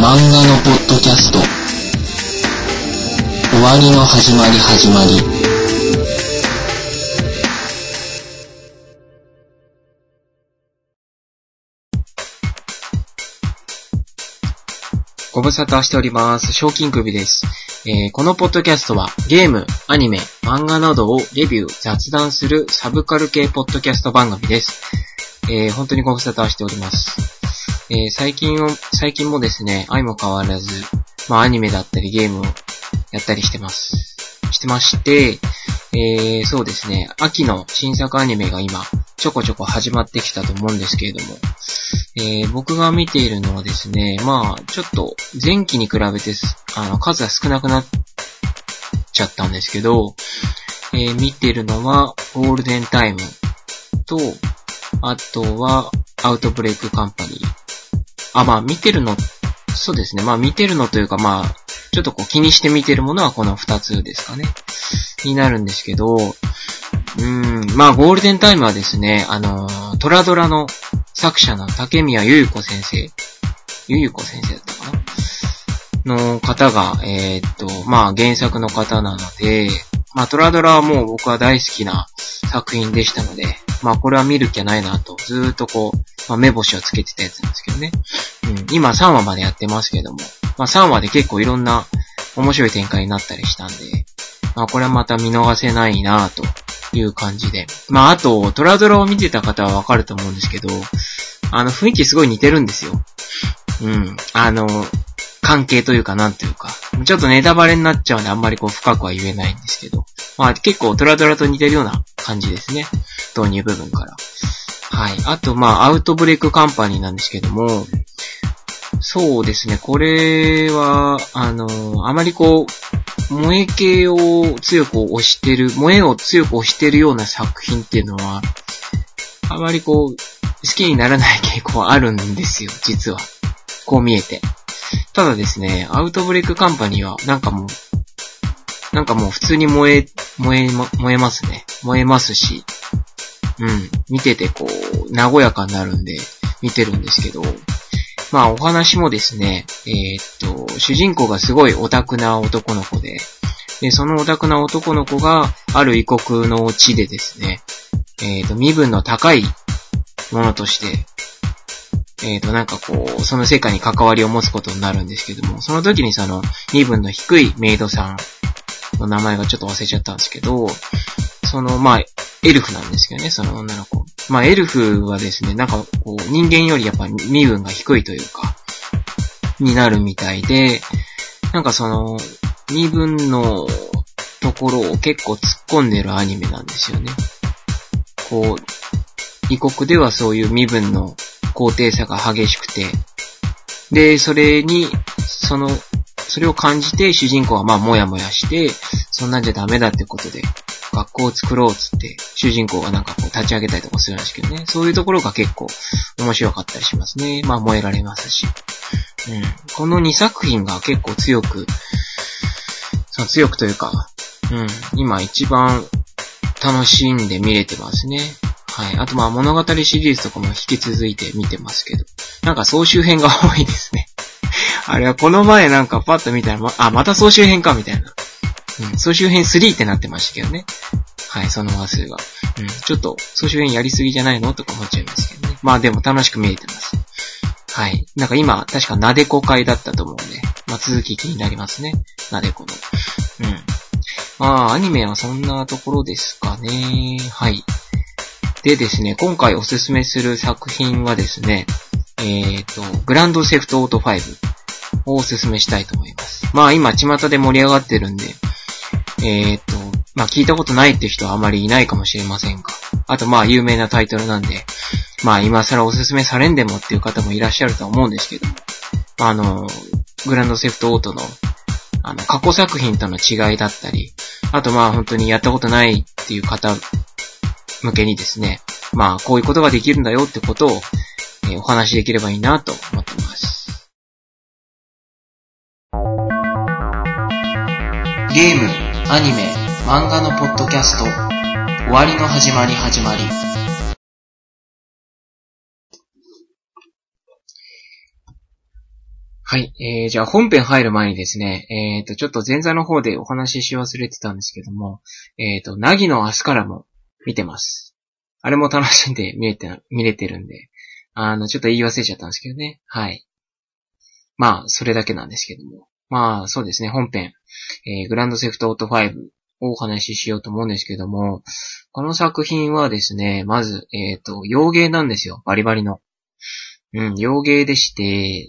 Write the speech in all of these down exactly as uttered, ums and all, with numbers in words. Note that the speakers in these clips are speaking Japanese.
漫画のポッドキャスト、終わりの始まり始まり。 ご無沙汰しております。賞金首です、えー。このポッドキャストはゲーム、アニメ、漫画などをレビュー、雑談するサブカル系ポッドキャスト番組です。えー、本当にご無沙汰しております。えー、最近を、最近もですね、相も変わらず、まあアニメだったりゲームをやったりしてます。してまして、えー、そうですね、秋の新作アニメが今、ちょこちょこ始まってきたと思うんですけれども、えー、僕が見ているのはですね、まあ、ちょっと前期に比べて、あの、数が少なくなっちゃったんですけど、えー、見てるのは、ゴールデンタイムと、あとは、アウトブレイクカンパニー。あ、まあ、見てるの、そうですね。まあ、見てるのというか、まあ、ちょっとこう気にして見てるものはこの二つですかね。になるんですけど、うーん、まあ、ゴールデンタイムはですね、あの、トラドラの作者の竹宮ゆゆ子先生、ゆゆ子先生だったかなの方が、えー、っと、まあ、原作の方なので、まあ、トラドラはもう僕は大好きな作品でしたので、まあ、これは見る気はないなと、ずーっとこう、まあ、目星をつけてたやつなんですけどね。うん、今さんわまでやってますけども、まあ、さんわで結構いろんな面白い展開になったりしたんで、まあ、これはまた見逃せないなという感じで。まあ、あと、トラドラを見てた方はわかると思うんですけど、あの、雰囲気すごい似てるんですよ。うん。あの、関係というかなんというか、ちょっとネタバレになっちゃうんであんまりこう深くは言えないんですけど、まあ結構トラドラと似てるような感じですね。導入部分から。はい。あと、まあ、アウトブレイクカンパニーなんですけども、そうですね、これは、あの、あまりこう、萌え系を強く推してる、萌えを強く推してるような作品っていうのは、あまりこう、好きにならない傾向あるんですよ、実は。こう見えて。ただですね、アウトブレイクカンパニーは、なんかもう、なんかもう普通に燃え、燃え、燃えますね。燃えますし、うん、見ててこう、和やかになるんで、見てるんですけど、まあお話もですね、えー、っと、主人公がすごいオタクな男の子で、で、そのオタクな男の子が、ある異国の地でですね、えー、っと、身分の高いものとして、えーと、なんかこう、その世界に関わりを持つことになるんですけども、その時にその、身分の低いメイドさんの名前がちょっと忘れちゃったんですけど、その、まあ、エルフなんですけどね、その女の子。まあ、エルフはですね、なんかこう、人間よりやっぱ身分が低いというか、になるみたいで、なんかその、身分のところを結構突っ込んでるアニメなんですよね。こう、異国ではそういう身分の高低差が激しくて、で、それに、その、それを感じて主人公はまあもやもやして、そんなんじゃダメだってことで、学校を作ろうっつって、主人公がなんかこう立ち上げたりとかするんですけどね。そういうところが結構面白かったりしますね。まあ燃えられますし。うん。このにさく品が結構強く、その強くというか、うん。今一番楽しんで見れてますね。はい。あとまあ物語シリーズとかも引き続いて見てますけど。なんか総集編が多いですね。あれはこの前なんかパッと見たら、ま、あ、また総集編かみたいな。うん。総集編スリーってなってましたけどね。はい、その話数が。うん。ちょっと総集編やりすぎじゃないのとか思っちゃいますけどね。まあでも楽しく見えてます。はい。なんか今、確かなでこ会だったと思うんで、まあ続き気になりますね。なでこの。うん。まあアニメはそんなところですかね。はい。でですね、今回おすすめする作品はですね、えっと、グランドセフトオートファイブをおすすめしたいと思います。まあ今、巷で盛り上がってるんで、えっと、まあ聞いたことないって人はあまりいないかもしれませんが、あとまあ有名なタイトルなんで、まあ今更おすすめされんでもっていう方もいらっしゃるとは思うんですけども、あの、グランドセフトオートの、あの、過去作品との違いだったり、あとまあ本当にやったことないっていう方、向けにですね、まあこういうことができるんだよってことを、えー、お話しできればいいなと思ってます。 ゲーム、アニメ、漫画のポッドキャスト、終わりの始まり始まり。 はい。えー、じゃあ本編入る前にですね、えーと、ちょっと前座の方でお話しし忘れてたんですけども、えーと、凪の明日からも見てます。あれも楽しんで見れて、見れてるんで、あの、ちょっと言い忘れちゃったんですけどね。はい。まあ、それだけなんですけども。まあ、そうですね、本編、えー、グランドセフトオートファイブをお話ししようと思うんですけども、この作品はですね、まず、えーと、洋芸なんですよ。バリバリの。うん、洋芸でして、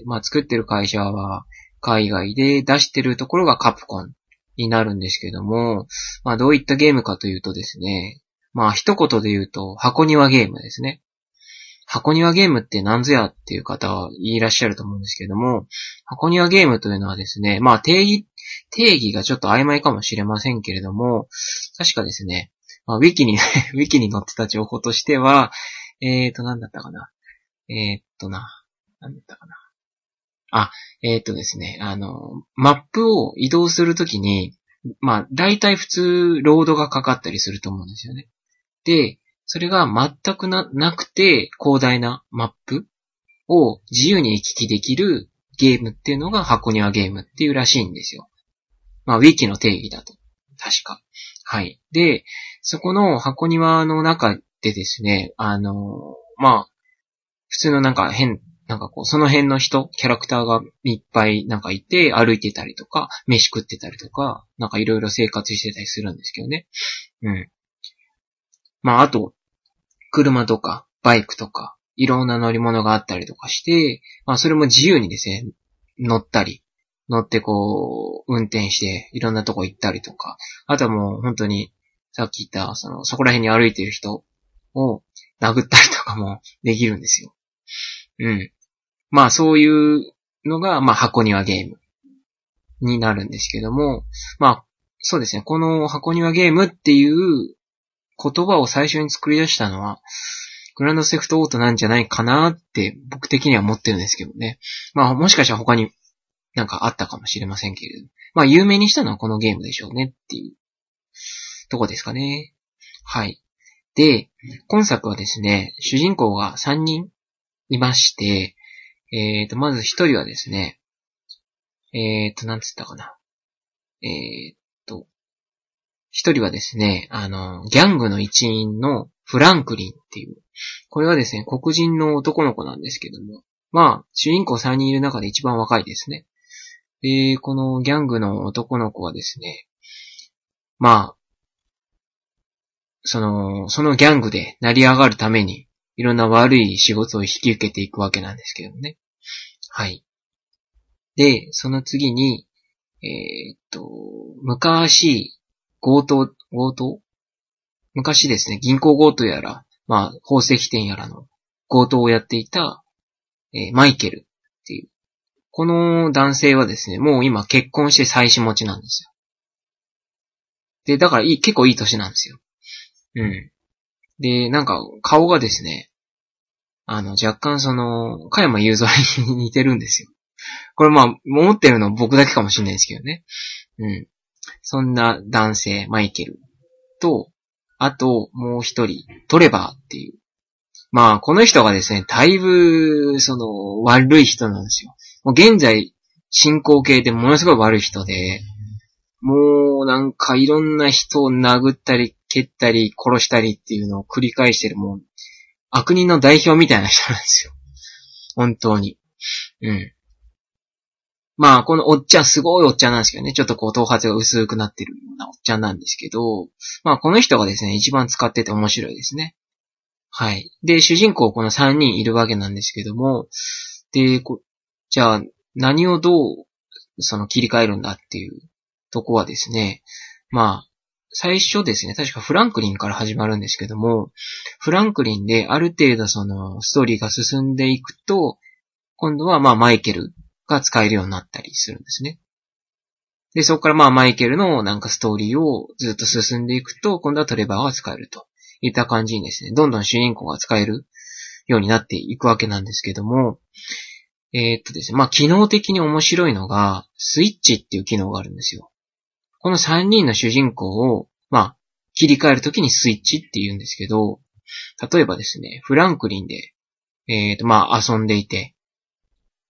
まあ作ってる会社は海外で出してるところがカプコンになるんですけども、まあどういったゲームかというとですね、まあ一言で言うと箱庭ゲームですね。箱庭ゲームって何ぞやっていう方はいらっしゃると思うんですけども、箱庭ゲームというのはですね、まあ定義、定義がちょっと曖昧かもしれませんけれども、確かですね、まあ、ウィキに、ウィキに載ってた情報としては、えーと、なんだったかな。えーっとな、なんだったかな。あ、えーっとですね、あの、マップを移動するときに、まあ、大体普通、ロードがかかったりすると思うんですよね。で、それが全くな、なくて、広大なマップを自由に行き来できるゲームっていうのが箱庭ゲームっていうらしいんですよ。まあ、ウィキの定義だと。確か。はい。で、そこの箱庭の中でですね、あの、まあ、普通のなんか変、なんかこう、その辺の人、キャラクターがいっぱいなんかいて、歩いてたりとか、飯食ってたりとか、なんかいろいろ生活してたりするんですけどね。うん。まあ、あと、車とか、バイクとか、いろんな乗り物があったりとかして、まあ、それも自由にですね、乗ったり、乗ってこう、運転して、いろんなとこ行ったりとか、あとはもう本当に、さっき言った、その、そこら辺に歩いてる人を殴ったりとかもできるんですよ。うん。まあそういうのが、まあ箱庭ゲームになるんですけども、まあそうですね、この箱庭ゲームっていう言葉を最初に作り出したのは、グランドセフトオートなんじゃないかなって僕的には思ってるんですけどね。まあもしかしたら他になんかあったかもしれませんけれど。まあ有名にしたのはこのゲームでしょうねっていうとこですかね。はい。で、今作はですね、主人公がさんにんいまして、えーと、まず一人はですね、えーと、なんつったかな。えーと、一人はですね、あの、ギャングの一員のフランクリンっていう、これはですね、黒人の男の子なんですけども、まあ、主人公さんにんいる中で一番若いですね。で、このギャングの男の子はですね、まあ、その、そのギャングで成り上がるために、いろんな悪い仕事を引き受けていくわけなんですけどね。はい。で、その次に、えーっと、昔、強盗、強盗昔ですね、銀行強盗やら、まあ、宝石店やらの強盗をやっていた、えーマイケルっていう。この男性はですね、もう今結婚して妻子持ちなんですよ。で、だからいい、結構いい歳なんですよ。うん。で、なんか、顔がですね、あの、若干その、加山雄三に似てるんですよ。これまあ、思ってるのは僕だけかもしれないですけどね。うん。そんな男性、マイケルと、あと、もう一人、トレバーっていう。まあ、この人がですね、だいぶ、その、悪い人なんですよ。もう現在、進行形でものすごい悪い人で、もうなんかいろんな人を殴ったり、蹴ったり、殺したりっていうのを繰り返してる、もう、悪人の代表みたいな人なんですよ。本当に。うん。まあ、このおっちゃん、すごいおっちゃんなんですけどね。ちょっとこう、頭髪が薄くなってるようなおっちゃんなんですけど、まあ、この人がですね、一番使ってて面白いですね。はい。で、主人公このさんにんいるわけなんですけども、で、こじゃあ、何をどう、その切り替えるんだっていうとこはですね、まあ、最初ですね、確かフランクリンから始まるんですけども、フランクリンである程度そのストーリーが進んでいくと、今度はまあマイケルが使えるようになったりするんですね。で、そこからまあマイケルのなんかストーリーをずっと進んでいくと、今度はトレバーが使えるといった感じにですね、どんどん主人公が使えるようになっていくわけなんですけども、えー、っとですね、まあ機能的に面白いのが、スイッチっていう機能があるんですよ。このさんにんの主人公を、まあ、切り替えるときにスイッチって言うんですけど、例えばですね、フランクリンで、えー、っと、まあ遊んでいて、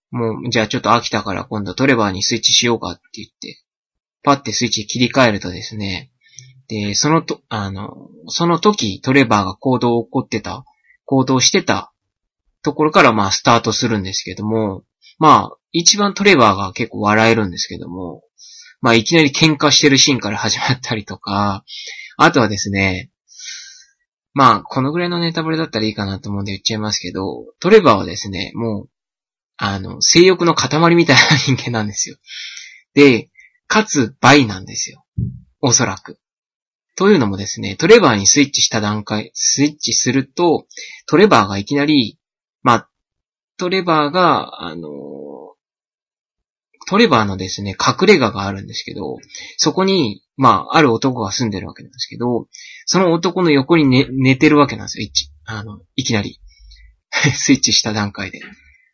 もう、じゃあちょっと飽きたから今度トレバーにスイッチしようかって言って、パッてスイッチ切り替えるとですね、で、そのと、あの、その時トレバーが行動を起こってた、行動してたところからまあスタートするんですけども、まあ、一番トレバーが結構笑えるんですけども、まあいきなり喧嘩してるシーンから始まったりとか、あとはですね、まあ、このぐらいのネタバレだったらいいかなと思うんで言っちゃいますけど、トレバーはですね、もう、あの、性欲の塊みたいな人間なんですよ。で、かつ、倍なんですよ。おそらく。というのもですね、トレバーにスイッチした段階、スイッチすると、トレバーがいきなり、まあ、トレバーが、あの、トレバーのですね、隠れ家があるんですけど、そこに、まあ、ある男が住んでるわけなんですけど、その男の横に寝、寝てるわけなんですよ、いち、あの、いきなり。スイッチした段階で。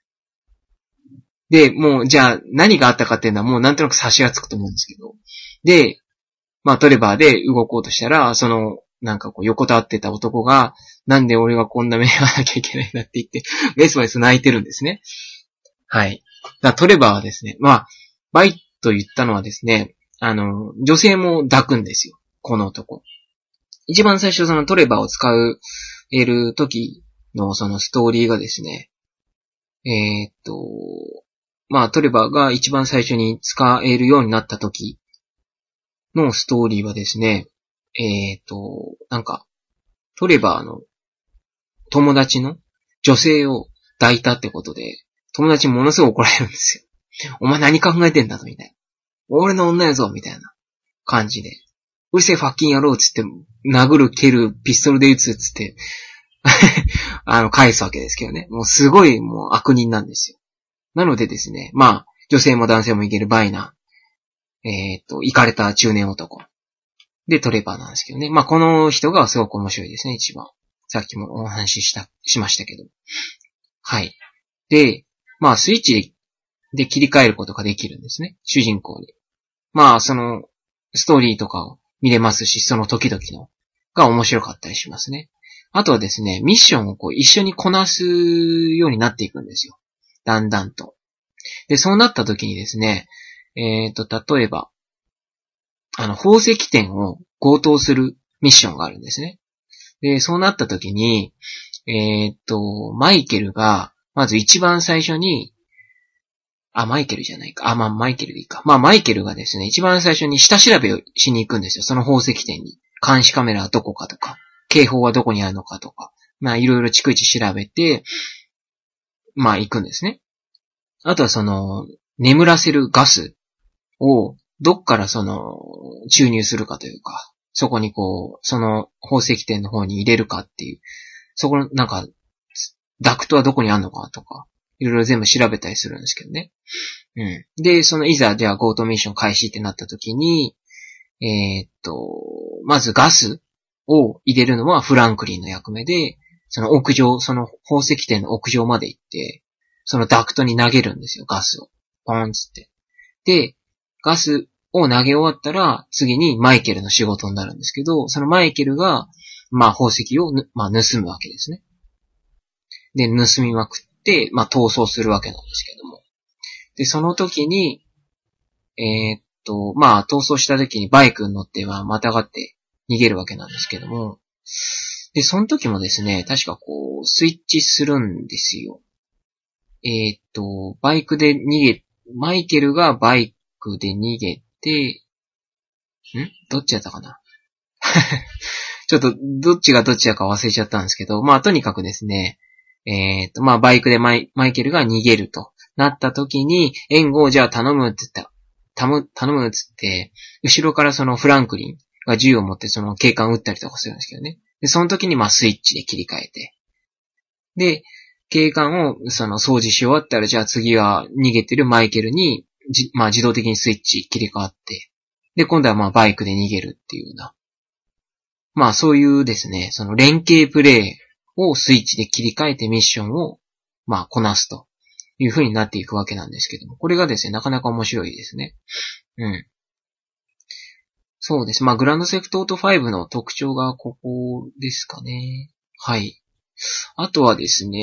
で、もう、じゃあ、何があったかっていうのはもうなんとなく察しがつくと思うんですけど。で、まあ、トレバーで動こうとしたら、その、なんかこう、横たわってた男が、なんで俺はこんな目がなきゃいけないんだって言って、メスメス泣いてるんですね。はい。だトレバーはですね、まあ、バイと言ったのはですね、あの、女性も抱くんですよ。この男。一番最初そのトレバーを使う、える時のそのストーリーがですね、えー、っと、まあトレバーが一番最初に使えるようになった時のストーリーはですね、えー、っと、なんか、トレバーの友達の女性を抱いたってことで、友達ものすごい怒られるんですよ。お前何考えてんだと、みたいな。俺の女やぞ、みたいな感じで。うるせえファッキン野郎つって、殴る、蹴る、ピストルで撃つつって、あの、返すわけですけどね。もうすごいもう悪人なんですよ。なのでですね、まあ、女性も男性もいけるバイな、えー、っと、イカれた中年男。で、トレバーなんですけどね。まあ、この人がすごく面白いですね、一番。さっきもお話しした、しましたけど。はい。で、まあ、スイッチで切り替えることができるんですね。主人公に。まあ、その、ストーリーとかを見れますし、その時々の、が面白かったりしますね。あとはですね、ミッションをこう一緒にこなすようになっていくんですよ。だんだんと。で、そうなった時にですね、えっと、例えば、あの、宝石店を強盗するミッションがあるんですね。で、そうなった時に、えっと、マイケルが、まず一番最初に、あ、マイケルじゃないか。あ、まあ、マイケルでいいか。まあ、マイケルがですね、一番最初に下調べをしに行くんですよ。その宝石店に。監視カメラはどこかとか、警報はどこにあるのかとか、まあ、いろいろ逐一調べて、まあ、行くんですね。あとはその、眠らせるガスを、どっからその、注入するかというか、そこにこう、その宝石店の方に入れるかっていう、そこの、なんか、ダクトはどこにあるのかとか、いろいろ全部調べたりするんですけどね。うん。で、そのいざ、じゃあ強盗ミッション開始ってなった時に、えー、っと、まずガスを入れるのはフランクリンの役目で、その屋上、その宝石店の屋上まで行って、そのダクトに投げるんですよ、ガスを。ポーンつって。で、ガスを投げ終わったら、次にマイケルの仕事になるんですけど、そのマイケルが、まあ宝石を、まあ、盗むわけですね。で、盗みまくって、まあ逃走するわけなんですけども。で、その時に、えー、っと、まあ逃走した時にバイクに乗ってはまたがって逃げるわけなんですけども、で、その時もですね、確かこう、スイッチするんですよ。えー、っと、バイクで逃げ、マイケルがバイクで逃げて、んどっちやったかなちょっと、どっちがどっちだか忘れちゃったんですけど、まあ、とにかくですね、えー、っと、まあ、バイクでマイマイケルが逃げるとなった時に、援護をじゃあ頼むって言った。頼む、頼むっつって、後ろからそのフランクリンが銃を持ってその警官を撃ったりとかするんですけどね。で、その時にまあ、スイッチで切り替えて。で、警官をその掃除し終わったら、じゃあ次は逃げてるマイケルに、じまあ、自動的にスイッチ切り替わって、で、今度はまあ、バイクで逃げるっていうような。まあそういうですね、その連携プレイをスイッチで切り替えてミッションを、まあこなすという風になっていくわけなんですけども、これがですね、なかなか面白いですね。うん。そうです。まあグランドセフトオートファイブの特徴がここですかね。はい。あとはですね、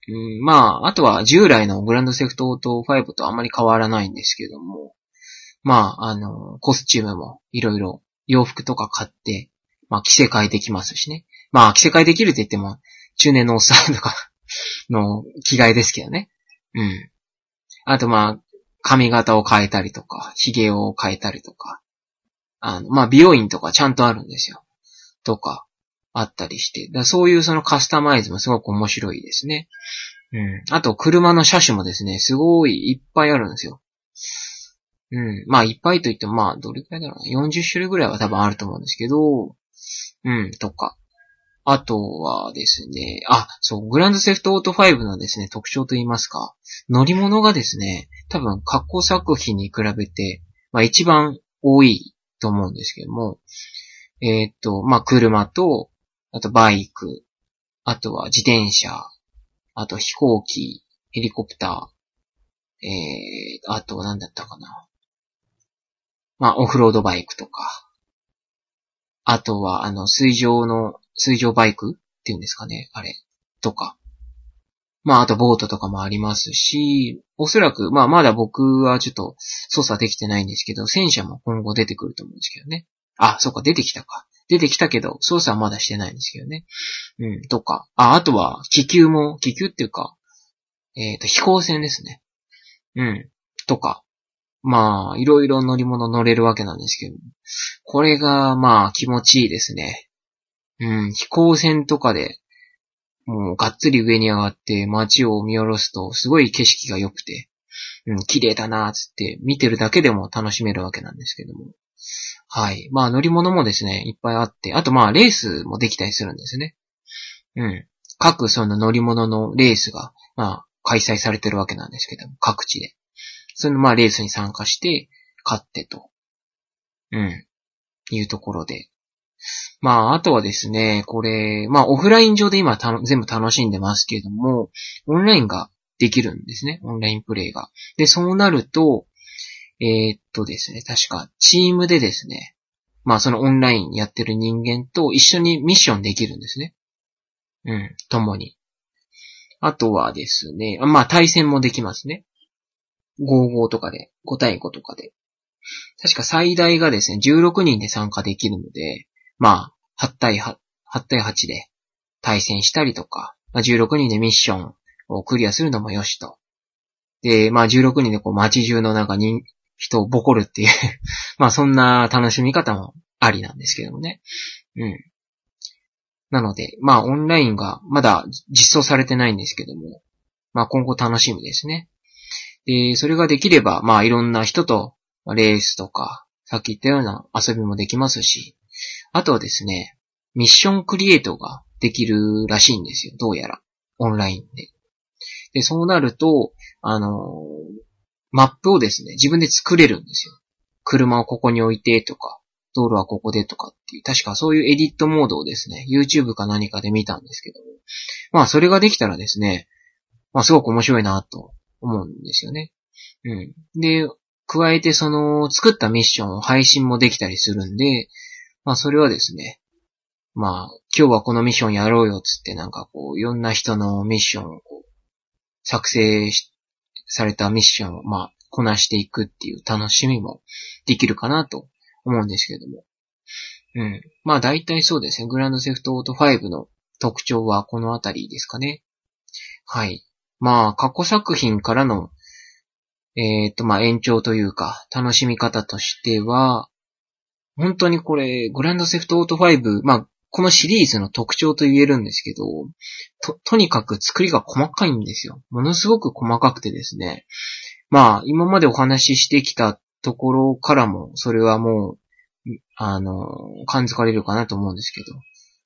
うん、まあ、あとは従来のグランドセフトオートファイブとあんまり変わらないんですけども、まあ、あの、コスチュームもいろいろ洋服とか買って、まあ、着せ替えできますしね。まあ、着せ替えできるって言っても、中年のおっさんとかの着替えですけどね。うん。あとまあ、髪型を変えたりとか、髭を変えたりとか、あの、まあ、美容院とかちゃんとあるんですよ。とか、あったりして。だそういうそのカスタマイズもすごく面白いですね。うん。あと、車の車種もですね、すごいいっぱいあるんですよ。うん。まあ、いっぱいといっても、まあ、どれくらいだろうな。よんじゅっ種類ぐらいは多分あると思うんですけど、うん、とか。あとはですね、あ、そう、グランドセフトオートファイブのですね、特徴といいますか、乗り物がですね、多分過去作品に比べて、まあ一番多いと思うんですけども、えーっと、まあ車と、あとバイク、あとは自転車、あと飛行機、ヘリコプター、えー、あとは何だったかな。まあオフロードバイクとか、あとはあの水上の、水上バイクっていうんですかね、あれ、とか。まあ、あとボートとかもありますし、おそらく、まあ、まだ僕はちょっと操作できてないんですけど、戦車も今後出てくると思うんですけどね。あ、そうか、出てきたか。出てきたけど、操作はまだしてないんですけどね。うん、とか。あ、あとは、気球も、気球っていうか、えっと、飛行船ですね。うん、とか。まあ、いろいろ乗り物乗れるわけなんですけど、これが、まあ、気持ちいいですね。うん、飛行船とかで、もうがっつり上に上がって街を見下ろすとすごい景色が良くて、うん、綺麗だなーつって見てるだけでも楽しめるわけなんですけども。はい。まあ乗り物もですね、いっぱいあって、あとまあレースもできたりするんですね。うん。各その乗り物のレースが、まあ開催されてるわけなんですけども、各地で。そのまあレースに参加して、勝ってと。うん。いうところで。まあ、あとはですね、これ、まあ、オフライン上で今た全部楽しんでますけれども、オンラインができるんですね。オンラインプレイが。で、そうなると、えー、っとですね、確か、チームでですね、まあ、そのオンラインやってる人間と一緒にミッションできるんですね。うん、共に。あとはですね、まあ、対戦もできますね。ごたいごとかで、ご対ごとかで。確か最大がですね、じゅうろくにんで参加できるので、まあ、はち対はち、はち対はちで対戦したりとか、まあ、じゅうろくにんでミッションをクリアするのもよしと。で、まあじゅうろくにんでこう街中の中に人をボコるっていうまあそんな楽しみ方もありなんですけどもね。うん。なので、まあオンラインがまだ実装されてないんですけども、まあ今後楽しみですね。で、それができれば、まあいろんな人とレースとか、さっき言ったような遊びもできますし、あとはですね、ミッションクリエイトができるらしいんですよ。どうやら。オンラインで。で、そうなると、あのー、マップをですね、自分で作れるんですよ。車をここに置いてとか、道路はここでとかっていう、確かそういうエディットモードをですね、YouTube か何かで見たんですけども。まあ、それができたらですね、まあ、すごく面白いなと思うんですよね。うん。で、加えてその、作ったミッションを配信もできたりするんで、まあ、それはですね、まあ、今日はこのミッションやろうよつってなんかこう、いろんな人のミッションをこう、作成されたミッションをまあ、こなしていくっていう楽しみもできるかなと思うんですけれども。うん。まあ大体そうですね。グランドセフトオートファイブの特徴はこのあたりですかね。はい。まあ、過去作品からの、えっと、まあ延長というか、楽しみ方としては、本当にこれ、グランドセフトオートファイブ、まあ、このシリーズの特徴と言えるんですけど、と、とにかく作りが細かいんですよ。ものすごく細かくてですね。まあ、今までお話ししてきたところからも、それはもう、あの、感づかれるかなと思うんですけど。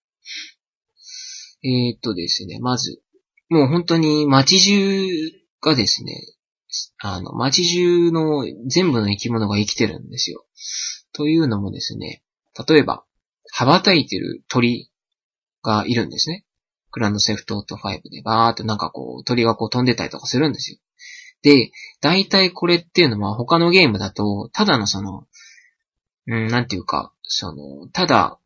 えーっとですね、まず、もう本当に街中がですね、あの、街中の全部の生き物が生きてるんですよ。というのもですね、例えば、羽ばたいてる鳥がいるんですね。グランドセフトオートファイブでバーってなんかこう、鳥がこう飛んでたりとかするんですよ。で、大体これっていうのは他のゲームだと、ただのその、うん、なんていうか、その、ただ、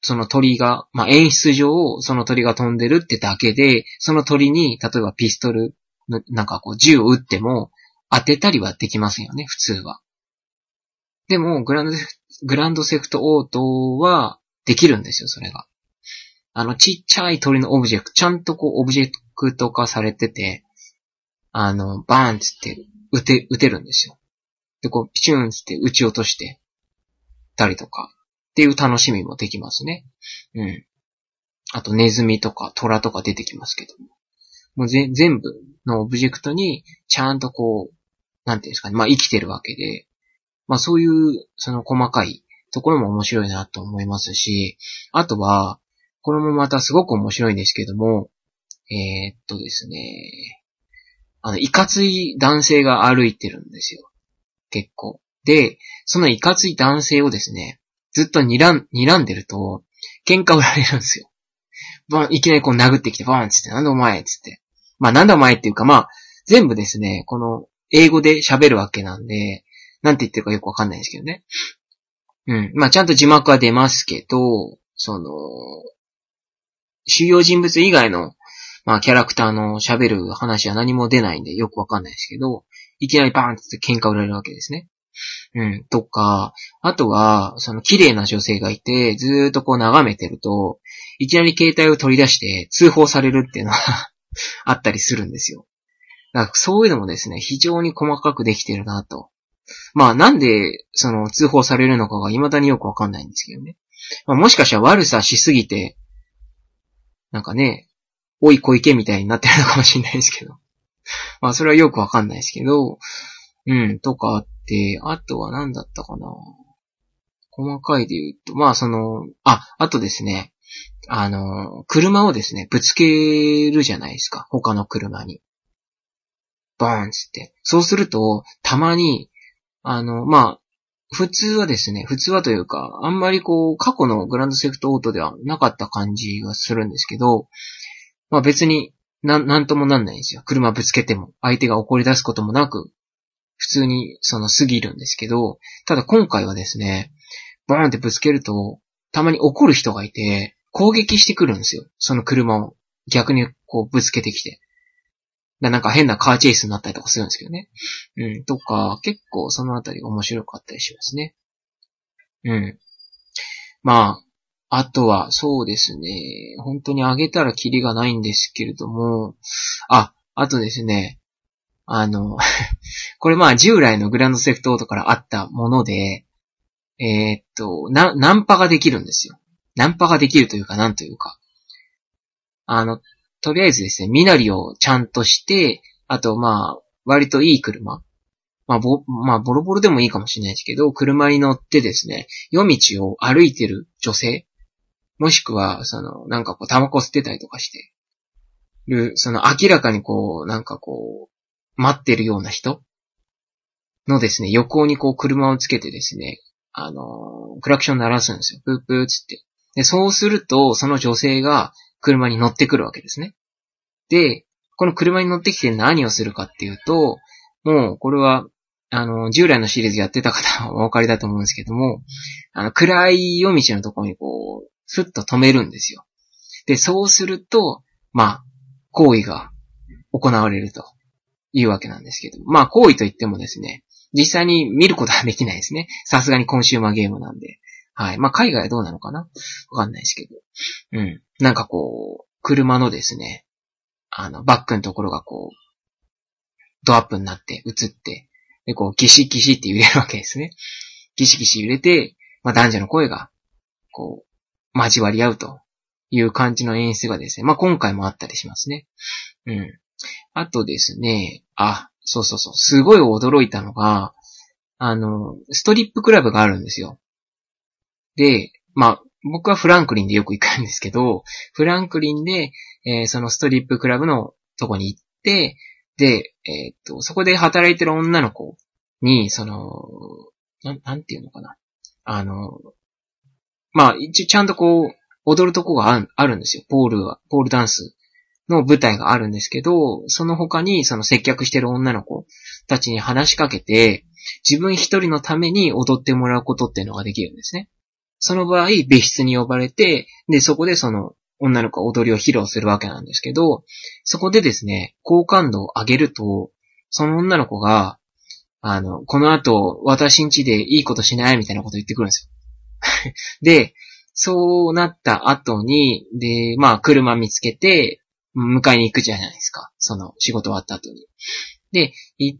その鳥が、まあ、演出上、その鳥が飛んでるってだけで、その鳥に、例えばピストルの、なんかこう、銃を撃っても、当てたりはできませんよね、普通は。でも、グランドセフ、グランドセフトオートは、できるんですよ、それが。あの、ちっちゃい鳥のオブジェクト、ちゃんとこう、オブジェクト化されてて、あの、バーンつって、撃て、撃てるんですよ。で、こう、ピチューンつって撃ち落として、たりとか、っていう楽しみもできますね。うん。あと、ネズミとか、トラとか出てきますけども。もうぜ、全部のオブジェクトに、ちゃんとこう、なんていうんですかね、まあ生きてるわけで、まあそういう、その細かいところも面白いなと思いますし、あとは、これもまたすごく面白いんですけども、えー、っとですね、あの、いかつい男性が歩いてるんですよ。結構。で、そのいかつい男性をですね、ずっと睨ん、睨んでると、喧嘩売られるんですよ。バンいきなりこう殴ってきて、バーンつって、なんだお前つって。まあなんだお前っていうか、まあ、全部ですね、この、英語で喋るわけなんで、なんて言ってるかよくわかんないんですけどね。うん。まあちゃんと字幕は出ますけど、その、主要人物以外の、まあキャラクターの喋る話は何も出ないんでよくわかんないですけど、いきなりバーンって喧嘩売られるわけですね。うん。とか、あとは、その綺麗な女性がいて、ずーっとこう眺めてると、いきなり携帯を取り出して通報されるっていうのはあったりするんですよ。だからそういうのもですね、非常に細かくできてるなと。まあなんで、その通報されるのかが未だによくわかんないんですけどね。まあ、もしかしたら悪さしすぎて、なんかね、おい小池みたいになってるのかもしれないですけど。まあそれはよくわかんないですけど、うん、とかあって、あとは何だったかな。細かいで言うと、まあその、あ、あとですね、あの、車をですね、ぶつけるじゃないですか。他の車に。バーンつって。そうすると、たまに、あの、まあ、普通はですね、普通はというか、あんまりこう、過去のグランドセフトオートではなかった感じがするんですけど、まあ別にな、なんともなんないんですよ。車ぶつけても、相手が怒り出すこともなく、普通にその過ぎるんですけど、ただ今回はですね、バーンってぶつけると、たまに怒る人がいて、攻撃してくるんですよ。その車を逆にこうぶつけてきて。なんか変なカーチェイスになったりとかするんですけどね。うん、とか、結構そのあたり面白かったりしますね。うん。まあ、あとは、そうですね。本当にあげたらキリがないんですけれども、あ、あとですね。あの、これまあ従来のグランドセフトオートからあったもので、えー、っと、な、ナンパができるんですよ。ナンパができるというか、なんというか。あの、とりあえずですね、身なりをちゃんとして、あとまあ、割といい車。まあ、ぼ、まあ、ボロボロでもいいかもしれないですけど、車に乗ってですね、夜道を歩いてる女性、もしくは、その、なんかこう、タバコ吸ってたりとかしてる、その明らかにこう、なんかこう、待ってるような人のですね、横にこう、車をつけてですね、あの、クラクション鳴らすんですよ。プープーつって。で、そうすると、その女性が車に乗ってくるわけですね。で、この車に乗ってきて何をするかっていうと、もう、これは、あの、従来のシリーズやってた方はお分かりだと思うんですけども、あの、暗い夜道のところにこう、ふっと止めるんですよ。で、そうすると、まあ、行為が行われるというわけなんですけど、まあ、行為といってもですね、実際に見ることはできないですね。さすがにコンシューマーゲームなんで。はい。まあ、海外はどうなのかなわかんないですけど。うん。なんかこう、車のですね、あの、バックのところがこう、ドアップになって映って、で、こう、ギシギシって揺れるわけですね。ギシギシ揺れて、まあ、男女の声が、こう、交わり合うという感じの演出がですね、まあ、今回もあったりしますね。うん。あとですね、あ、そうそうそう、すごい驚いたのが、あの、ストリップクラブがあるんですよ。で、まあ、僕はフランクリンでよく行くんですけど、フランクリンで、えー、そのストリップクラブのとこに行って、で、えー、っと、そこで働いてる女の子に、その、な、なんていうのかな。あの、まあ、一応ちゃんとこう、踊るとこがある、あるんですよ。ポールは、ポールダンスの舞台があるんですけど、その他にその接客してる女の子たちに話しかけて、自分一人のために踊ってもらうことっていうのができるんですね。 その場合、別室に呼ばれて、で、そこでその女の子が踊りを披露するわけなんですけど、そこでですね、好感度を上げると、その女の子が、あの、この後、私ん家でいいことしないみたいなこと言ってくるんですよ。で、そうなった後に、で、まあ、車見つけて、迎えに行くじゃないですか。その、仕事終わった後に。で、行って、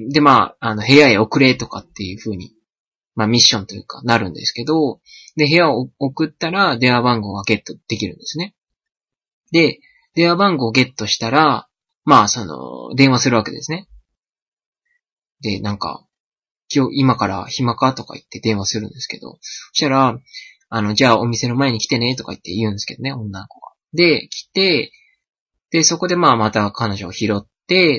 で、まあ、あの、部屋へ送れとかっていう風に、まあ、ミッションというか、なるんですけど、で、部屋を送ったら、電話番号がゲットできるんですね。で、電話番号をゲットしたら、まあ、その、電話するわけですね。で、なんか、今日、今から暇かとか言って電話するんですけど、そしたら、あの、じゃあお店の前に来てねとか言って言うんですけどね、女の子が。で、来て、で、そこでまあまた彼女を拾って、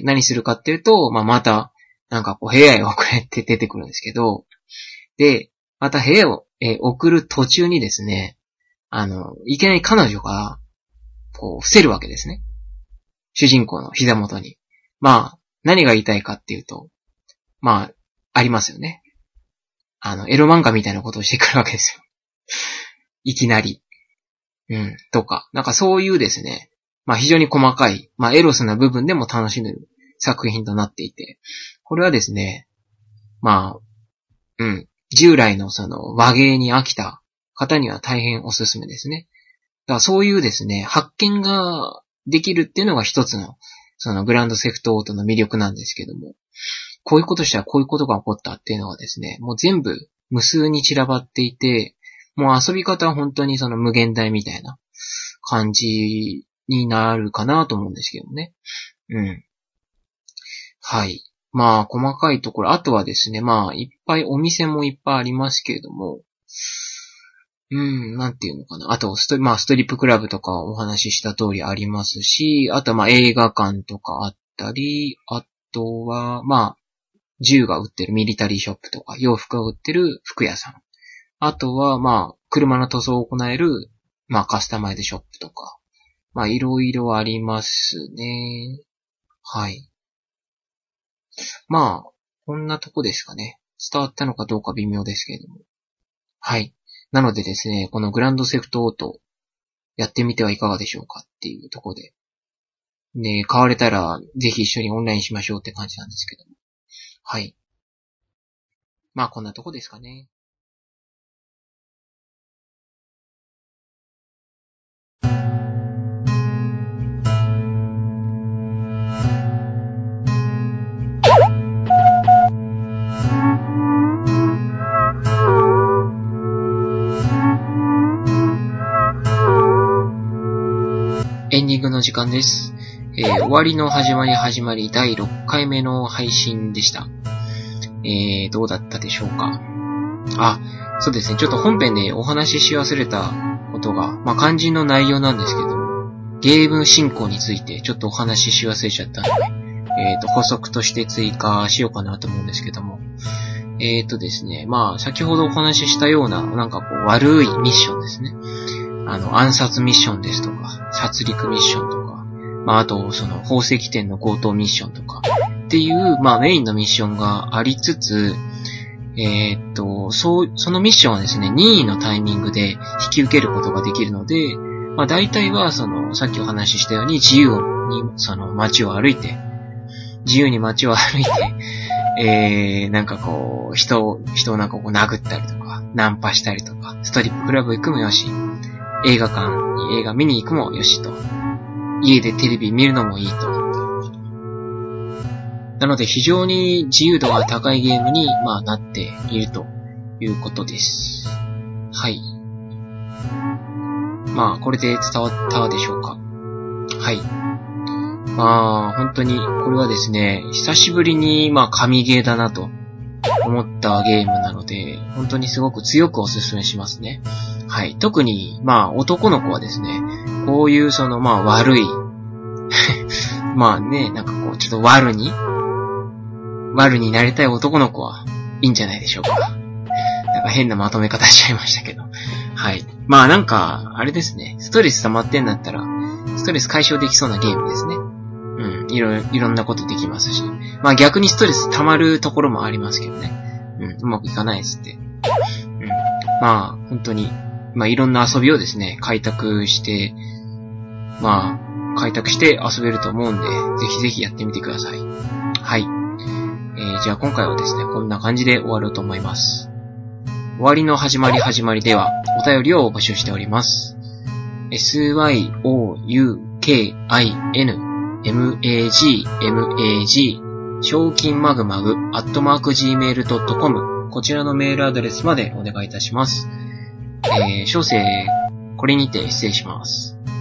何するかっていうと、まあまた、なんかこう部屋へ送れって出てくるんですけど、で、また部屋を、えー、送る途中にですね、あの、いきなり彼女が、こう、伏せるわけですね。主人公の膝元に。まあ、何が言いたいかっていうと、まあ、ありますよね。あの、エロ漫画みたいなことをしてくるわけですよ。いきなり。うん、とか。なんかそういうですね、まあ非常に細かい、まあエロスな部分でも楽しめる作品となっていて、これはですね、まあ、うん、従来のその和芸に飽きた方には大変おすすめですね。だからそういうですね、発見ができるっていうのが一つの、そのグランドセフトオートの魅力なんですけども、こういうことしたらこういうことが起こったっていうのはですね、もう全部無数に散らばっていて、もう遊び方は本当にその無限大みたいな感じになるかなと思うんですけどね。うん。はい。まあ、細かいところ、あとはですね、まあ、いっぱいお店もいっぱいありますけれども、うん、なんていうのかな。あと、スト、まあ、ストリップクラブとかお話しした通りありますし、あとはまあ、映画館とかあったり、あとは、まあ、銃が売ってるミリタリーショップとか、洋服が売ってる服屋さん。あとは、まあ、車の塗装を行える、まあ、カスタマイズショップとか。まあ、いろいろありますね。はい。まあ、こんなとこですかね。伝わったのかどうか微妙ですけれども。はい。なのでですね、このグランドセフトオート、やってみてはいかがでしょうかっていうところで。ね、買われたら、ぜひ一緒にオンラインしましょうって感じなんですけども。はい。まあ、こんなとこですかね。エンディングの時間です。えー、終わりの始まり始まりだいろっかいめの配信でした。えー、どうだったでしょうか。あ、そうですね。ちょっと本編でお話しし忘れたことが、まあ、肝心の内容なんですけど、ゲーム進行についてちょっとお話しし忘れちゃったので、えーと、補足として追加しようかなと思うんですけども、えーとですね、まあ、先ほどお話ししたような、なんかこう、悪いミッションですね。あの、暗殺ミッションですとか、殺戮ミッションとか、まあ、あと、その、宝石店の強盗ミッションとか、っていう、まあ、メインのミッションがありつつ、えーっと、そう、そのミッションはですね、任意のタイミングで引き受けることができるので、まあ、大体は、その、さっきお話ししたように、自由に、その、街を歩いて、自由に街を歩いて、えー、なんかこう、人を、人をなんかこう殴ったりとか、ナンパしたりとか、ストリップクラブ行くもよし、映画館に映画見に行くもよしと。家でテレビ見るのもいいと。なので非常に自由度が高いゲームに、まあ、なっているということです。はい。まあ、これで伝わったでしょうか。はい。まあ、本当に、これはですね、久しぶりに、まあ、神ゲーだなと思ったゲームなので、本当にすごく強くお勧めしますね。はい。特に、まあ、男の子はですね、こういうその、まあ、悪い、まあね、なんかこう、ちょっと悪に、悪になりたい男の子はいいんじゃないでしょうか。なんか変なまとめ方しちゃいましたけど。はい。まあなんか、あれですね、ストレス溜まってんだったら、ストレス解消できそうなゲームですね。うん。いろ、いろんなことできますし。まあ逆にストレス溜まるところもありますけどね。うん。うまくいかないですって。うん。 まあ、本当に、まあ、いろんな遊びをですね、開拓して、まあ、開拓して遊べると思うんで、ぜひぜひやってみてください。はい。えー、じゃあ今回はですね、こんな感じで終わろうと思います。終わりの始まり始まりでは、お便りを募集しております。エスワイオーユーケーアイエヌマグ賞金マグマグアットマーク ジーメールドットコム こちらのメールアドレスまでお願いいたします。えー、小生、これにて失礼します。